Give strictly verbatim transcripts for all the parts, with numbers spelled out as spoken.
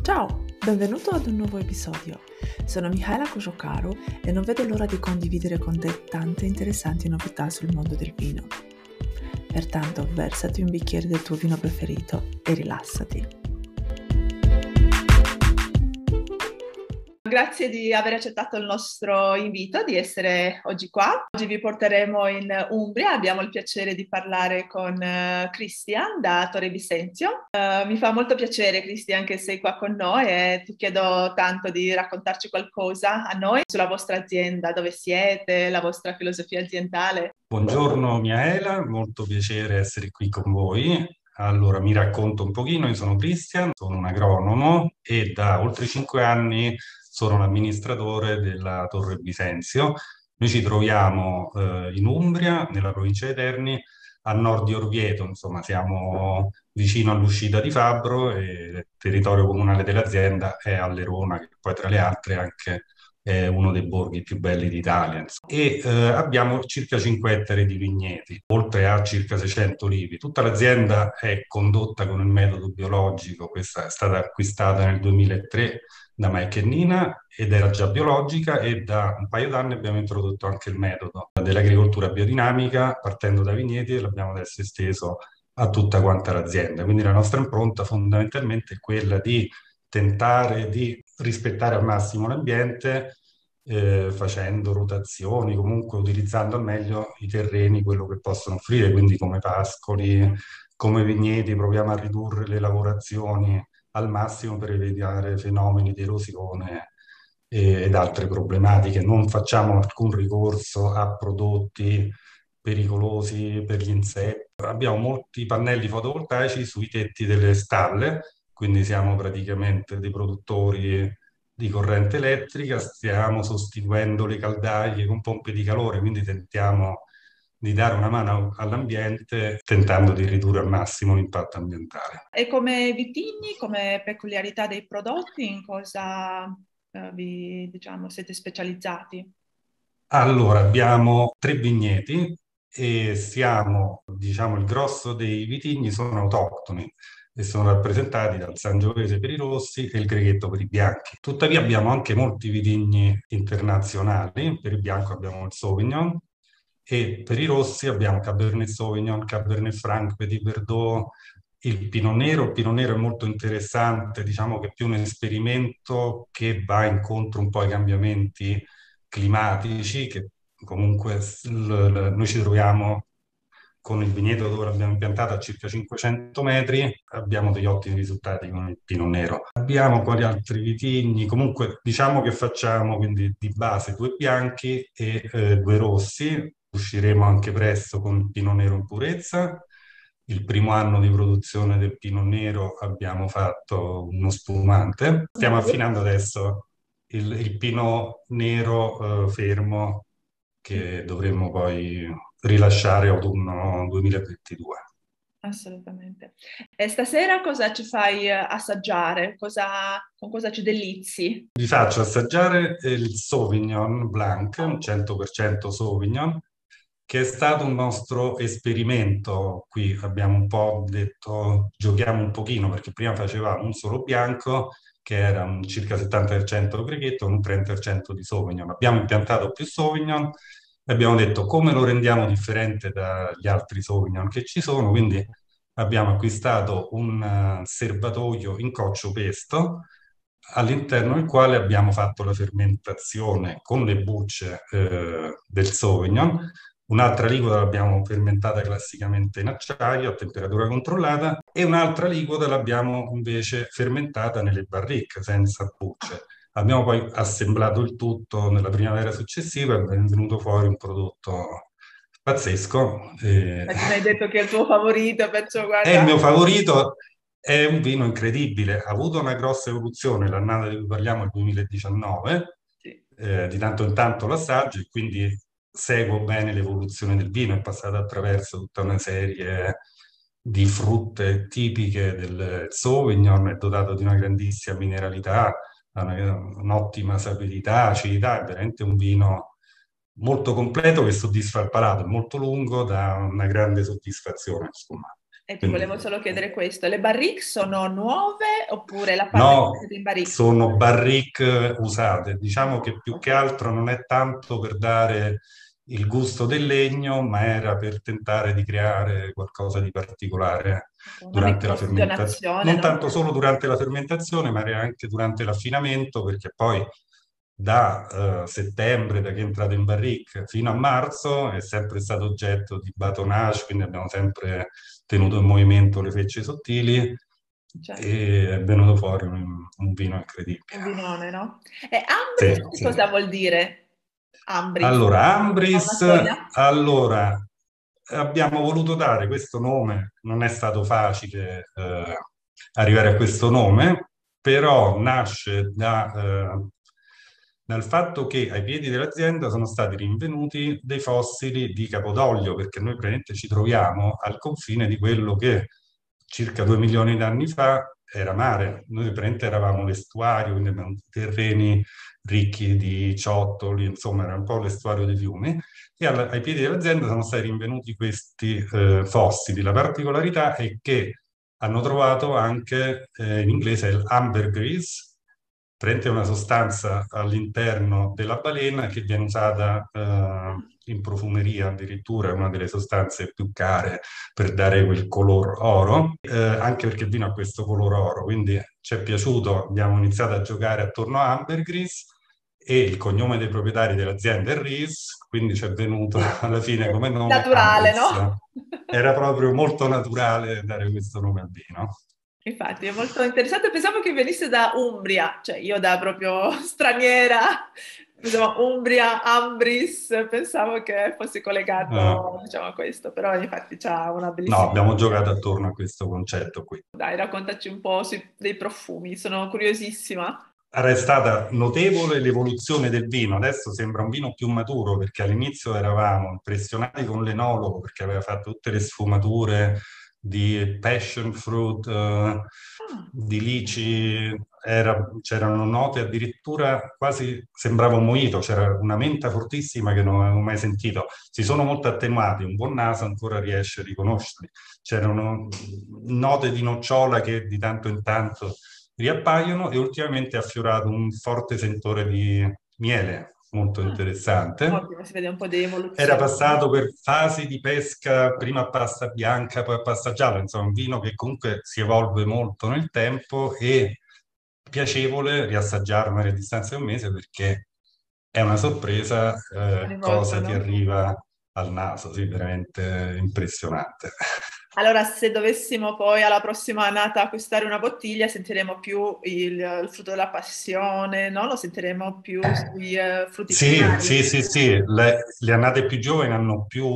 Ciao, benvenuto ad un nuovo episodio. Sono Mihaela Kociocaru e non vedo l'ora di condividere con te tante interessanti novità sul mondo del vino. Pertanto, versati un bicchiere del tuo vino preferito e rilassati. Grazie di aver accettato il nostro invito, di essere oggi qua. Oggi vi porteremo in Umbria, abbiamo il piacere di parlare con uh, Christian da Torre Bisenzio. Uh, mi fa molto piacere, Christian, che sei qua con noi e ti chiedo tanto di raccontarci qualcosa a noi sulla vostra azienda, dove siete, la vostra filosofia aziendale. Buongiorno Miaela, molto piacere essere qui con voi. Allora, mi racconto un pochino, io sono Christian, sono un agronomo e da oltre cinque anni sono l'amministratore della Torre Bisenzio. Noi ci troviamo eh, in Umbria, nella provincia di Terni, a nord di Orvieto, insomma siamo vicino all'uscita di Fabbro e il territorio comunale dell'azienda è a Lerona, che poi tra le altre anche è uno dei borghi più belli d'Italia, insomma. E eh, abbiamo circa cinque ettari di vigneti, oltre a circa seicento olivi. Tutta l'azienda è condotta con il metodo biologico, questa è stata acquistata nel duemilatré da Mike e Nina ed era già biologica, e da un paio d'anni abbiamo introdotto anche il metodo dell'agricoltura biodinamica partendo dai vigneti, e l'abbiamo adesso esteso a tutta quanta l'azienda. Quindi la nostra impronta fondamentalmente è quella di tentare di rispettare al massimo l'ambiente, eh, facendo rotazioni, comunque utilizzando al meglio i terreni, quello che possono offrire, quindi come pascoli, come vigneti, proviamo a ridurre le lavorazioni al massimo per evitare fenomeni di erosione eh, ed altre problematiche. Non facciamo alcun ricorso a prodotti pericolosi per gli insetti. Abbiamo molti pannelli fotovoltaici sui tetti delle stalle, quindi siamo praticamente dei produttori di corrente elettrica, stiamo sostituendo le caldaie con pompe di calore, quindi tentiamo di dare una mano all'ambiente tentando di ridurre al massimo l'impatto ambientale. E come vitigni, come peculiarità dei prodotti, in cosa eh, vi, diciamo, siete specializzati? Allora, abbiamo tre vigneti e siamo, diciamo, il grosso dei vitigni sono autoctoni e sono rappresentati dal Sangiovese per i rossi e il Greghetto per i bianchi. Tuttavia abbiamo anche molti vitigni internazionali. Per il bianco abbiamo il Sauvignon e per i rossi abbiamo Cabernet Sauvignon, Cabernet Franc, Petit Verdot, il Pinot Nero. Il Pinot Nero è molto interessante, diciamo che è più un esperimento che va incontro un po' ai cambiamenti climatici, che comunque l- l- noi ci troviamo con il vigneto dove l'abbiamo impiantato a circa cinquecento metri, abbiamo degli ottimi risultati con il Pinot Nero. Abbiamo quali altri vitigni? Comunque diciamo che facciamo quindi di base due bianchi e eh, due rossi. Usciremo anche presto con il Pinot Nero in purezza. Il primo anno di produzione del Pinot Nero abbiamo fatto uno spumante. Stiamo affinando adesso il, il Pinot Nero eh, fermo, che dovremmo poi rilasciare autunno duemilaventidue. Assolutamente. E stasera cosa ci fai eh, assaggiare? Cosa, con cosa ci delizi? Vi faccio assaggiare il Sauvignon Blanc, un cento per cento Sauvignon, che è stato un nostro esperimento. Qui abbiamo un po' detto, giochiamo un pochino, perché prima facevamo un solo bianco, che era un circa settanta per cento Greghetto, un trenta per cento di Sauvignon. Abbiamo impiantato più Sauvignon e abbiamo detto come lo rendiamo differente dagli altri Sauvignon che ci sono, quindi abbiamo acquistato un eh, serbatoio in coccio pesto, all'interno del quale abbiamo fatto la fermentazione con le bucce eh, del Sauvignon. Un'altra liquida l'abbiamo fermentata classicamente in acciaio a temperatura controllata e un'altra liquida l'abbiamo invece fermentata nelle barrique senza bucce. Abbiamo poi assemblato il tutto nella primavera successiva e è venuto fuori un prodotto pazzesco. Eh, Ma tu mi hai detto che è il tuo favorito, perciò È il guarda. mio favorito, è un vino incredibile, ha avuto una grossa evoluzione, l'annata di cui parliamo è il duemiladiciannove, Sì. eh, di tanto in tanto lo assaggio e quindi seguo bene l'evoluzione del vino, è passato attraverso tutta una serie di frutte tipiche del Sauvignon, è dotato di una grandissima mineralità, ha una- un'ottima sapidità, acidità, è veramente un vino molto completo che soddisfa il palato, è molto lungo, dà una grande soddisfazione, insomma. E ti Quindi, volevo solo chiedere questo, le barrique sono nuove oppure la parte che no, mettete in barrique? sono barrique usate. Diciamo che più che Ok, altro non è tanto per dare il gusto del legno, ma era per tentare di creare qualcosa di particolare ok, una durante la fermentazione. microossigenazione, Non no? tanto solo durante la fermentazione, ma era anche durante l'affinamento, perché poi da eh, settembre, da che è entrato in barrique, fino a marzo è sempre stato oggetto di batonnage, quindi abbiamo sempre tenuto in movimento le fecce sottili Cioè, e è venuto fuori un, un vino incredibile. un vinone, no? E Sì, Ambris, che sì. cosa vuol dire? Ambris? Allora, Ha una Ambris, storia? allora, abbiamo voluto dare questo nome, non è stato facile eh, arrivare a questo nome, però nasce da, eh, dal fatto che ai piedi dell'azienda sono stati rinvenuti dei fossili di capodoglio, perché noi praticamente ci troviamo al confine di quello che circa due milioni di anni fa era mare. Noi praticamente eravamo l'estuario, quindi abbiamo terreni ricchi di ciottoli, insomma era un po' l'estuario dei fiumi, e alla- ai piedi dell'azienda sono stati rinvenuti questi eh, fossili. La particolarità è che hanno trovato anche, eh, in inglese, il ambergris, praticamente una sostanza all'interno della balena che viene usata eh, in profumeria, addirittura è una delle sostanze più care per dare quel color oro, eh, anche perché il vino ha questo color oro, quindi ci è piaciuto, abbiamo iniziato a giocare attorno a ambergris e il cognome dei proprietari dell'azienda è Rees, quindi ci è venuto Sì. alla fine come nome Naturale, Ambris. no? Era proprio molto naturale dare questo nome al vino. Infatti è molto interessante, pensavo che venisse da Umbria, cioè io da proprio straniera, pensavo Umbria, Ambris, pensavo che fosse Eh, collegato, diciamo, a questo, però infatti c'ha una no, bellissima abbiamo storia. giocato attorno a questo concetto qui. Dai, raccontaci un po' sui- dei profumi, sono curiosissima. Era stata notevole l'evoluzione del vino, adesso sembra un vino più maturo perché all'inizio eravamo impressionati con l'enologo perché aveva fatto tutte le sfumature di passion fruit, eh, Ah, di lici, era- c'erano note addirittura quasi sembrava un mojito, c'era una menta fortissima che non avevo mai sentito. Si sono molto attenuati, un buon naso ancora riesce a riconoscerli. C'erano note di nocciola che di tanto in tanto riappaiono e ultimamente è affiorato un forte sentore di miele, molto ah, interessante. ottimo, si vede un po' di Era evoluzione, no? passato per fasi di pesca, prima a pasta bianca, poi a pasta gialla, insomma un vino che comunque si evolve molto nel tempo e piacevole riassaggiarlo a distanza di un mese perché è una sorpresa eh, Ogni volta, cosa ti no? arriva al naso, sì, veramente impressionante. Allora, se dovessimo poi alla prossima annata acquistare una bottiglia, sentiremo più il, il frutto della passione, no? Lo sentiremo più sui eh, frutti Sì, primari. sì, sì, sì, le, le annate più giovani hanno più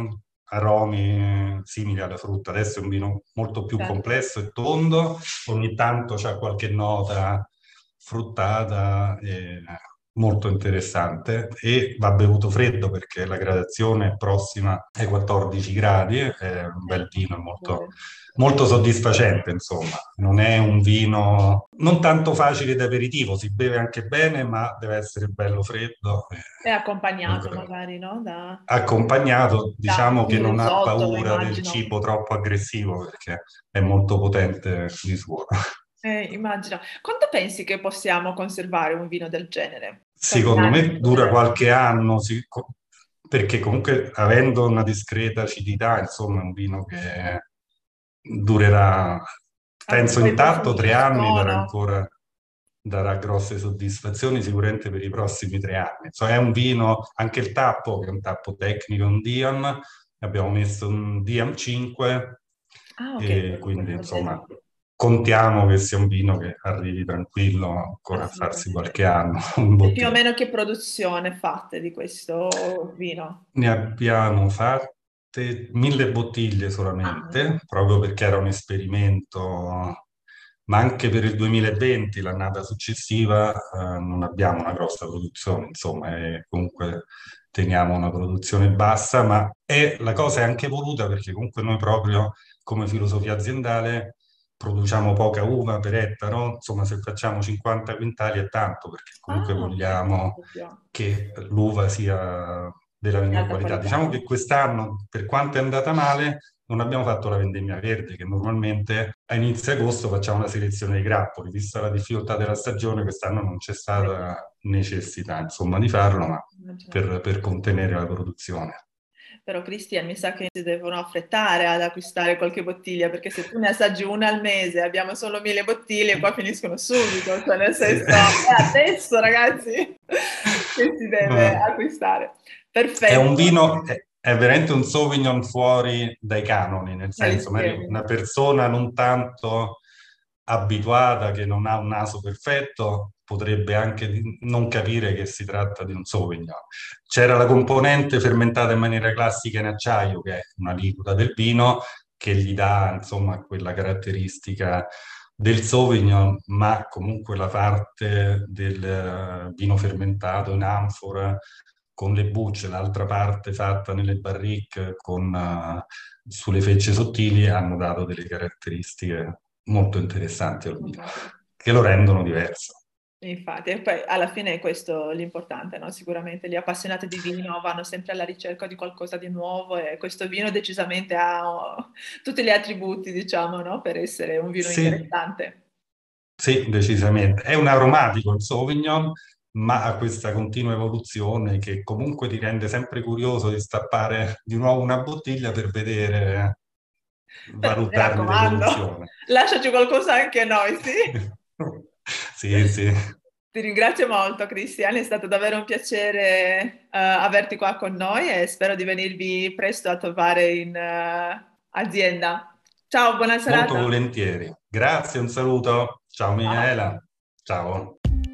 aromi simili alla frutta, adesso è un vino molto più Certo. complesso e tondo, ogni tanto c'è qualche nota fruttata, e molto interessante e va bevuto freddo perché la gradazione è prossima ai quattordici gradi, è un bel Ecco, vino, è molto, bene. molto soddisfacente, insomma, non è un vino non tanto facile da aperitivo, si beve anche bene, ma deve essere bello freddo. eh, È accompagnato Comunque, magari, no? Da, accompagnato, da diciamo che un non ha risotto, paura del immagino. cibo troppo aggressivo perché è molto potente di suo. Eh, immagino. Quanto pensi che possiamo conservare un vino del genere? Quanti Secondo anni in me dura generale? qualche anno, sì, co- perché comunque avendo una discreta acidità, insomma, è un vino che durerà, Anche penso poi i intatto, profumi tre ci anni, darà sono. ancora, darà grosse soddisfazioni sicuramente per i prossimi tre anni. Insomma, è un vino, anche il tappo, che è un tappo tecnico, un Diam, abbiamo messo un Diam cinque Ah, ok, e quindi quindi questo bene. insomma contiamo che sia un vino che arrivi tranquillo ancora a farsi Assolutamente. qualche anno in E più o bottiglia. meno che produzione fate di questo vino? Ne abbiamo fatte mille bottiglie Ah, solamente, proprio perché era un esperimento, ma anche per il duemilaventi, l'annata successiva, eh, non abbiamo una grossa produzione, insomma, e comunque teniamo una produzione bassa, ma è, la cosa è anche voluta perché comunque noi proprio come filosofia aziendale produciamo poca uva per ettaro, insomma se facciamo cinquanta quintali è tanto perché comunque ah, ok, vogliamo proprio che l'uva sia della di miglior alta qualità. qualità, Diciamo no? che quest'anno, per quanto è andata male, non abbiamo fatto la vendemmia verde, che normalmente a inizio agosto facciamo la selezione dei grappoli. Vista la difficoltà della stagione, quest'anno non c'è stata necessità, insomma, di farlo, ma per, per contenere la produzione. Però Cristian, mi sa che si devono affrettare ad acquistare qualche bottiglia, perché se tu ne assaggi una al mese, abbiamo solo mille bottiglie, qua finiscono subito, cioè nel senso, è adesso ragazzi che si deve acquistare. Perfetto. È un vino, è, è veramente un Sauvignon fuori dai canoni, nel senso, magari una persona non tanto abituata, che non ha un naso perfetto, potrebbe anche non capire che si tratta di un Sauvignon. C'era la componente fermentata in maniera classica in acciaio, che è una liquida del vino, che gli dà, insomma, quella caratteristica del Sauvignon, ma comunque la parte del vino fermentato in anfora con le bucce, l'altra parte fatta nelle barrique con, uh, sulle fecce sottili, hanno dato delle caratteristiche molto interessanti al vino, che lo rendono diverso. Infatti, e poi alla fine è questo l'importante, no? Sicuramente gli appassionati di vino vanno sempre alla ricerca di qualcosa di nuovo e questo vino decisamente ha oh, tutti gli attributi, diciamo, no? Per essere un vino sì, interessante. Sì, decisamente. È un aromatico il Sauvignon, ma ha questa continua evoluzione che comunque ti rende sempre curioso di stappare di nuovo una bottiglia per vedere, Però, mi valutarne raccomando, l'evoluzione. lasciaci qualcosa anche a noi, sì? Sì, sì. Ti ringrazio molto, Cristian, è stato davvero un piacere uh, averti qua con noi e spero di venirvi presto a trovare in uh, azienda. Ciao, buona serata. Molto volentieri. Grazie, un saluto. Ciao Michaela. Ciao.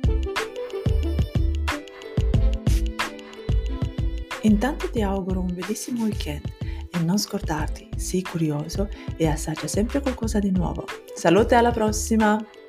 Intanto ti auguro un bellissimo weekend e non scordarti, sii curioso e assaggia sempre qualcosa di nuovo. Salute, alla prossima!